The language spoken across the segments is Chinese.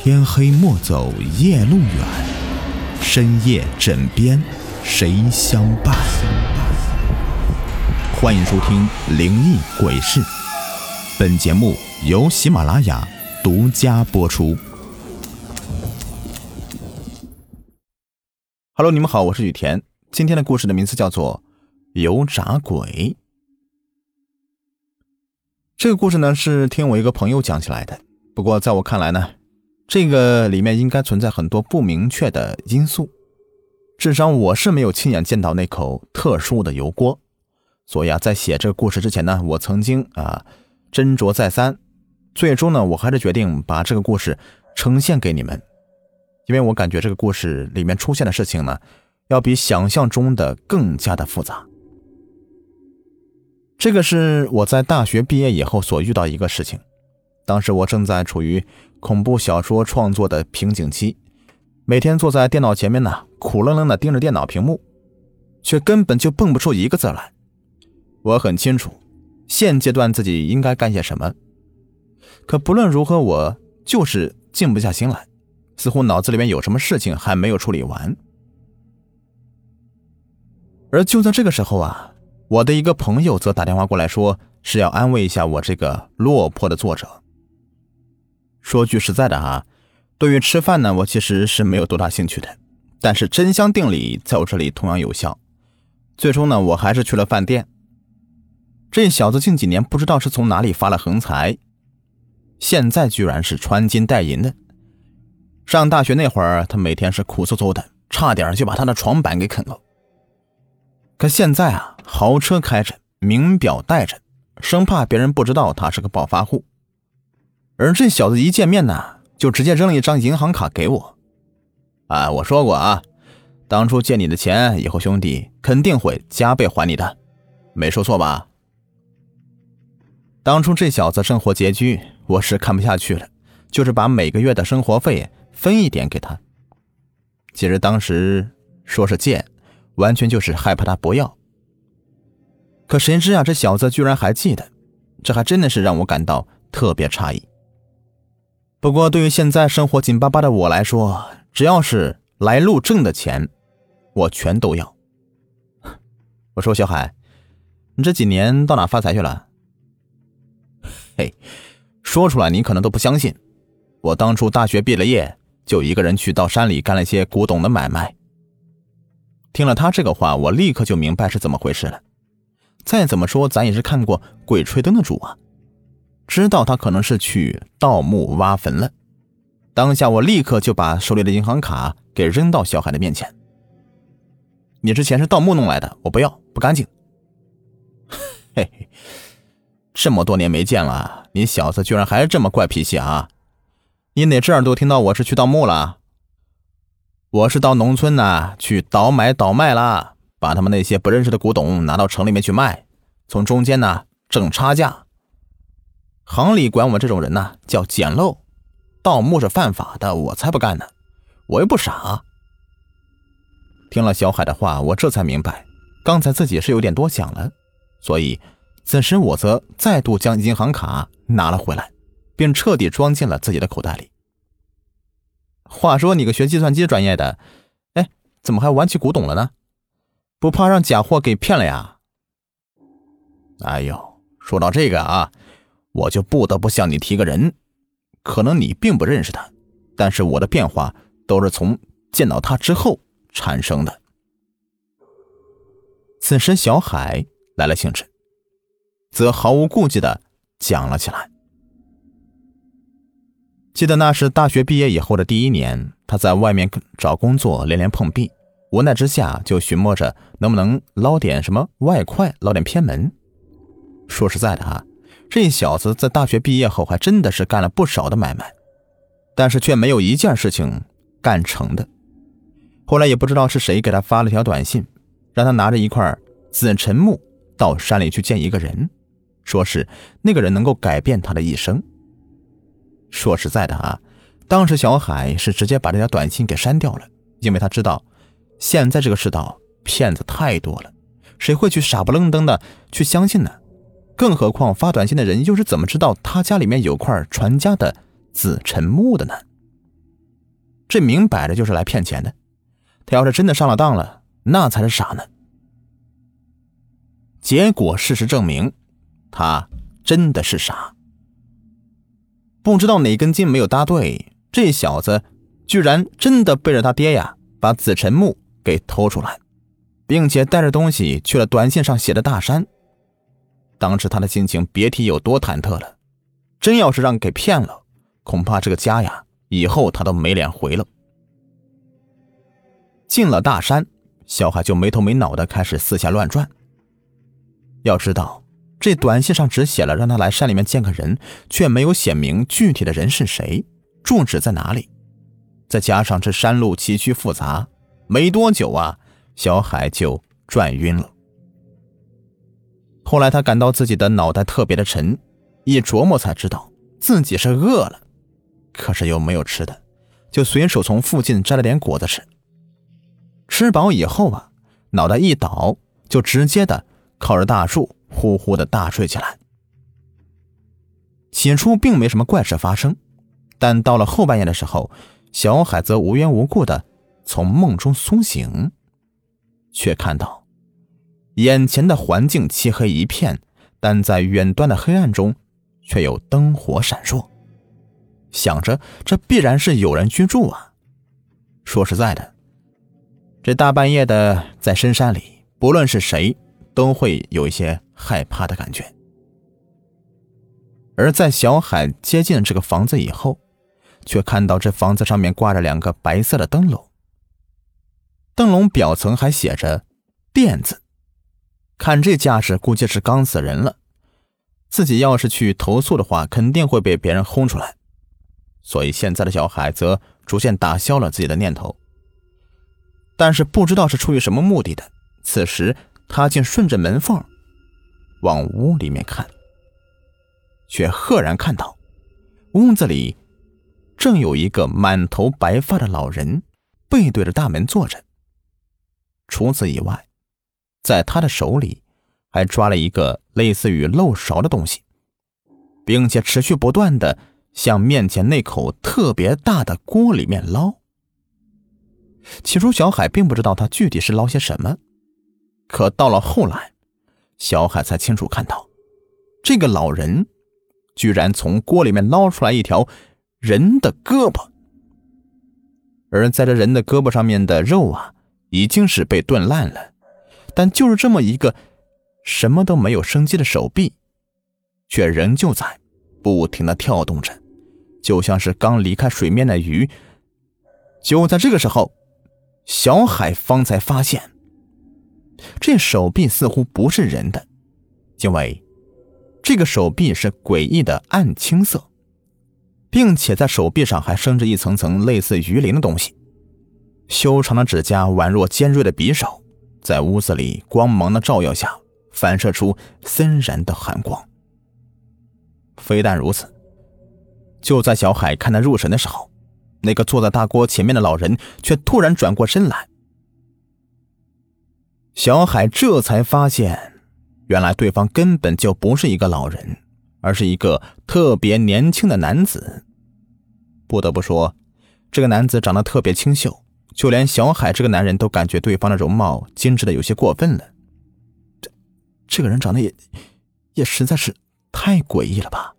天黑莫走夜路远，深夜枕边谁相伴？欢迎收听灵异鬼事，本节目由喜马拉雅独家播出。Hello， 你们好，我是雨田。今天的故事的名字叫做油炸鬼。这个故事呢是听我一个朋友讲起来的，不过在我看来呢，这个里面应该存在很多不明确的因素，至少我是没有亲眼见到那口特殊的油锅，所以在写这个故事之前呢，我曾经斟酌再三，最终呢我还是决定把这个故事呈现给你们，因为我感觉这个故事里面出现的事情呢，要比想象中的更加的复杂。这个是我在大学毕业以后所遇到一个事情，当时我正在处于恐怖小说创作的瓶颈期，每天坐在电脑前面呢，苦愣愣的盯着电脑屏幕，却根本就蹦不出一个字来。我很清楚现阶段自己应该干些什么，可不论如何我就是静不下心来，似乎脑子里面有什么事情还没有处理完。而就在这个时候我的一个朋友则打电话过来说是要安慰一下我这个落魄的作者。说句实在的对于吃饭呢，我其实是没有多大兴趣的，但是真香定理在我这里同样有效。最终呢，我还是去了饭店。这小子近几年不知道是从哪里发了横财，现在居然是穿金戴银的。上大学那会儿他每天是苦嗖嗖的，差点就把他的床板给啃了。可现在豪车开着，名表戴着，生怕别人不知道他是个暴发户。而这小子一见面呢，就直接扔了一张银行卡给我。我说过当初借你的钱，以后兄弟肯定会加倍还你的，没说错吧？当初这小子生活拮据，我是看不下去了，就是把每个月的生活费分一点给他。其实当时说是借，完全就是害怕他不要。可谁知这小子居然还记得，这还真的是让我感到特别诧异。不过对于现在生活紧巴巴的我来说，只要是来路正的钱，我全都要。我说小海，你这几年到哪发财去了？嘿，说出来你可能都不相信，我当初大学毕了业，就一个人去到山里干了些古董的买卖。听了他这个话，我立刻就明白是怎么回事了。再怎么说咱也是看过鬼吹灯的主知道他可能是去盗墓挖坟了。当下我立刻就把手里的银行卡给扔到小海的面前。你之前是盗墓弄来的，我不要，不干净。嘿嘿，这么多年没见了，你小子居然还这么怪脾气你哪只耳朵听到我是去盗墓了？我是到农村去倒买倒卖啦，把他们那些不认识的古董拿到城里面去卖，从中间挣差价。行里管我这种人叫捡漏，盗墓是犯法的，我才不干呢，我又不傻。听了小海的话，我这才明白刚才自己是有点多想了，所以此时我则再度将银行卡拿了回来，并彻底装进了自己的口袋里。话说你个学计算机专业的，怎么还玩起古董了呢？不怕让假货给骗了呀？哎呦，说到这个我就不得不向你提个人，可能你并不认识他，但是我的变化都是从见到他之后产生的。此时小海来了兴致，则毫无顾忌地讲了起来。记得那是大学毕业以后的第一年，他在外面找工作连连碰壁，无奈之下就寻摸着能不能捞点什么外快，捞点偏门。说实在的这小子在大学毕业后还真的是干了不少的买卖，但是却没有一件事情干成的。后来也不知道是谁给他发了条短信，让他拿着一块紫沉木到山里去见一个人，说是那个人能够改变他的一生。说实在的当时小海是直接把这条短信给删掉了，因为他知道现在这个世道骗子太多了，谁会去傻不愣登的去相信呢？更何况发短信的人又是怎么知道他家里面有块传家的紫沉木的呢？ 这明摆着就是来骗钱的。他要是真的上了当了，那才是傻呢。结果事实证明，他真的是傻。不知道哪根筋没有搭对，这小子居然真的背着他爹呀，把紫晨木给偷出来，并且带着东西去了短信上写的大山。当时他的心情别提有多忐忑了，真要是让给骗了，恐怕这个家呀，以后他都没脸回了。进了大山，小海就没头没脑的开始四下乱转。要知道，这短信上只写了让他来山里面见个人，却没有写明具体的人是谁，住址在哪里。再加上这山路崎岖复杂，没多久啊，小海就转晕了。后来他感到自己的脑袋特别的沉，一琢磨才知道自己是饿了，可是又没有吃的，就随手从附近摘了点果子吃。吃饱以后啊，脑袋一倒，就直接的靠着大树呼呼的大睡起来。起初并没什么怪事发生，但到了后半夜的时候，小海则无缘无故的从梦中苏醒，却看到眼前的环境漆黑一片，但在远端的黑暗中却有灯火闪烁，想着这必然是有人居住啊。说实在的，这大半夜的在深山里，不论是谁都会有一些害怕的感觉。而在小海接近这个房子以后，却看到这房子上面挂着2个白色的灯笼，灯笼表层还写着店字，看这架势估计是刚死人了，自己要是去投诉的话，肯定会被别人轰出来。所以现在的小海则逐渐打消了自己的念头。但是不知道是出于什么目的的，此时他竟顺着门缝往屋里面看，却赫然看到屋子里正有一个满头白发的老人背对着大门坐着。除此以外，在他的手里还抓了一个类似于漏勺的东西，并且持续不断地向面前那口特别大的锅里面捞。起初小海并不知道他具体是捞些什么，可到了后来，小海才清楚看到，这个老人居然从锅里面捞出来一条人的胳膊，而在这人的胳膊上面的肉啊，已经是被炖烂了，但就是这么一个什么都没有生机的手臂，却仍旧在不停地跳动着，就像是刚离开水面的鱼。就在这个时候，小海方才发现，这手臂似乎不是人的，因为这个手臂是诡异的暗青色，并且在手臂上还生着一层层类似鱼鳞的东西。修长的指甲宛若尖锐的匕首，在屋子里光芒的照耀下反射出森然的寒光。非但如此，就在小海看得入神的时候，那个坐在大锅前面的老人却突然转过身来。小海这才发现，原来对方根本就不是一个老人，而是一个特别年轻的男子。不得不说，这个男子长得特别清秀，就连小海这个男人都感觉对方的容貌精致的有些过分了。这个人长得也实在是太诡异了吧。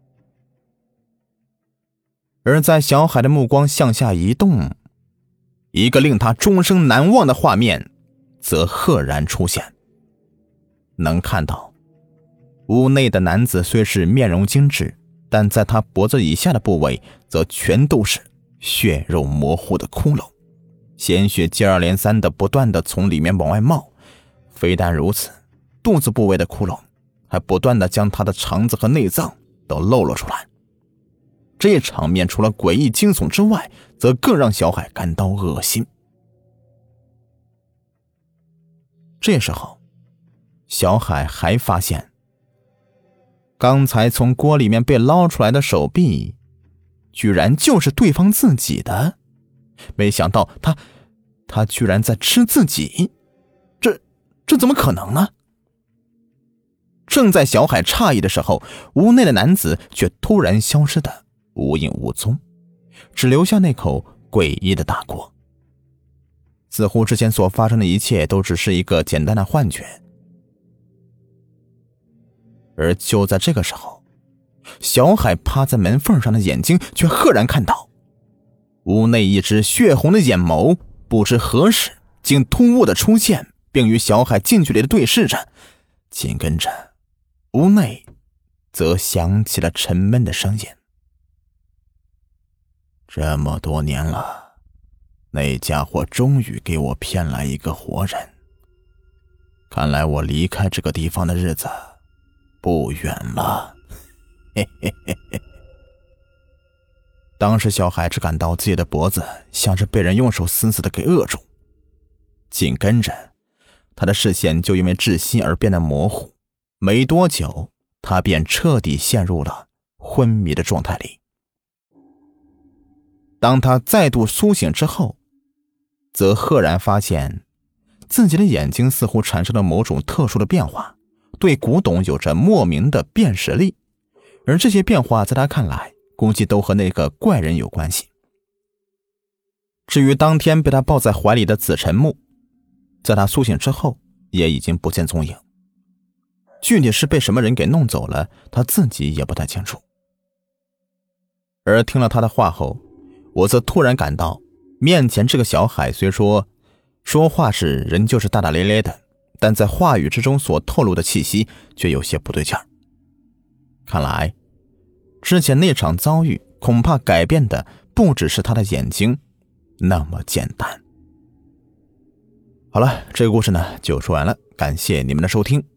而在小海的目光向下移动，一个令他终生难忘的画面则赫然出现。能看到屋内的男子虽是面容精致，但在他脖子以下的部位则全都是血肉模糊的窟窿，鲜血接二连三的不断的从里面往外冒。非但如此，肚子部位的窟窿还不断的将他的肠子和内脏都露了出来。这场面除了诡异惊悚之外，则更让小海感到恶心。这时候，小海还发现，刚才从锅里面被捞出来的手臂，居然就是对方自己的。没想到他居然在吃自己，这怎么可能呢？正在小海诧异的时候，屋内的男子却突然消失的无影无踪，只留下那口诡异的大过，似乎之前所发生的一切都只是一个简单的幻觉。而就在这个时候，小海趴在门缝上的眼睛却赫然看到屋内一只血红的眼眸不知何时竟突兀的出现，并与小海近距离的对视着。紧跟着屋内则响起了沉闷的声音：这么多年了，那家伙终于给我骗来一个活人，看来我离开这个地方的日子不远了。嘿嘿嘿嘿。当时小海只感到自己的脖子像是被人用手死死的给扼住，紧跟着他的视线就因为窒息而变得模糊，没多久他便彻底陷入了昏迷的状态里。当他再度苏醒之后，则赫然发现自己的眼睛似乎产生了某种特殊的变化，对古董有着莫名的辨识力，而这些变化在他看来估计都和那个怪人有关系。至于当天被他抱在怀里的紫沉木，在他苏醒之后也已经不见踪影，具体是被什么人给弄走了，他自己也不太清楚。而听了他的话后，我则突然感到面前这个小海虽说话时人就是大大咧咧的，但在话语之中所透露的气息却有些不对劲儿。看来之前那场遭遇恐怕改变的不只是他的眼睛那么简单。好了，这个故事呢就说完了，感谢你们的收听。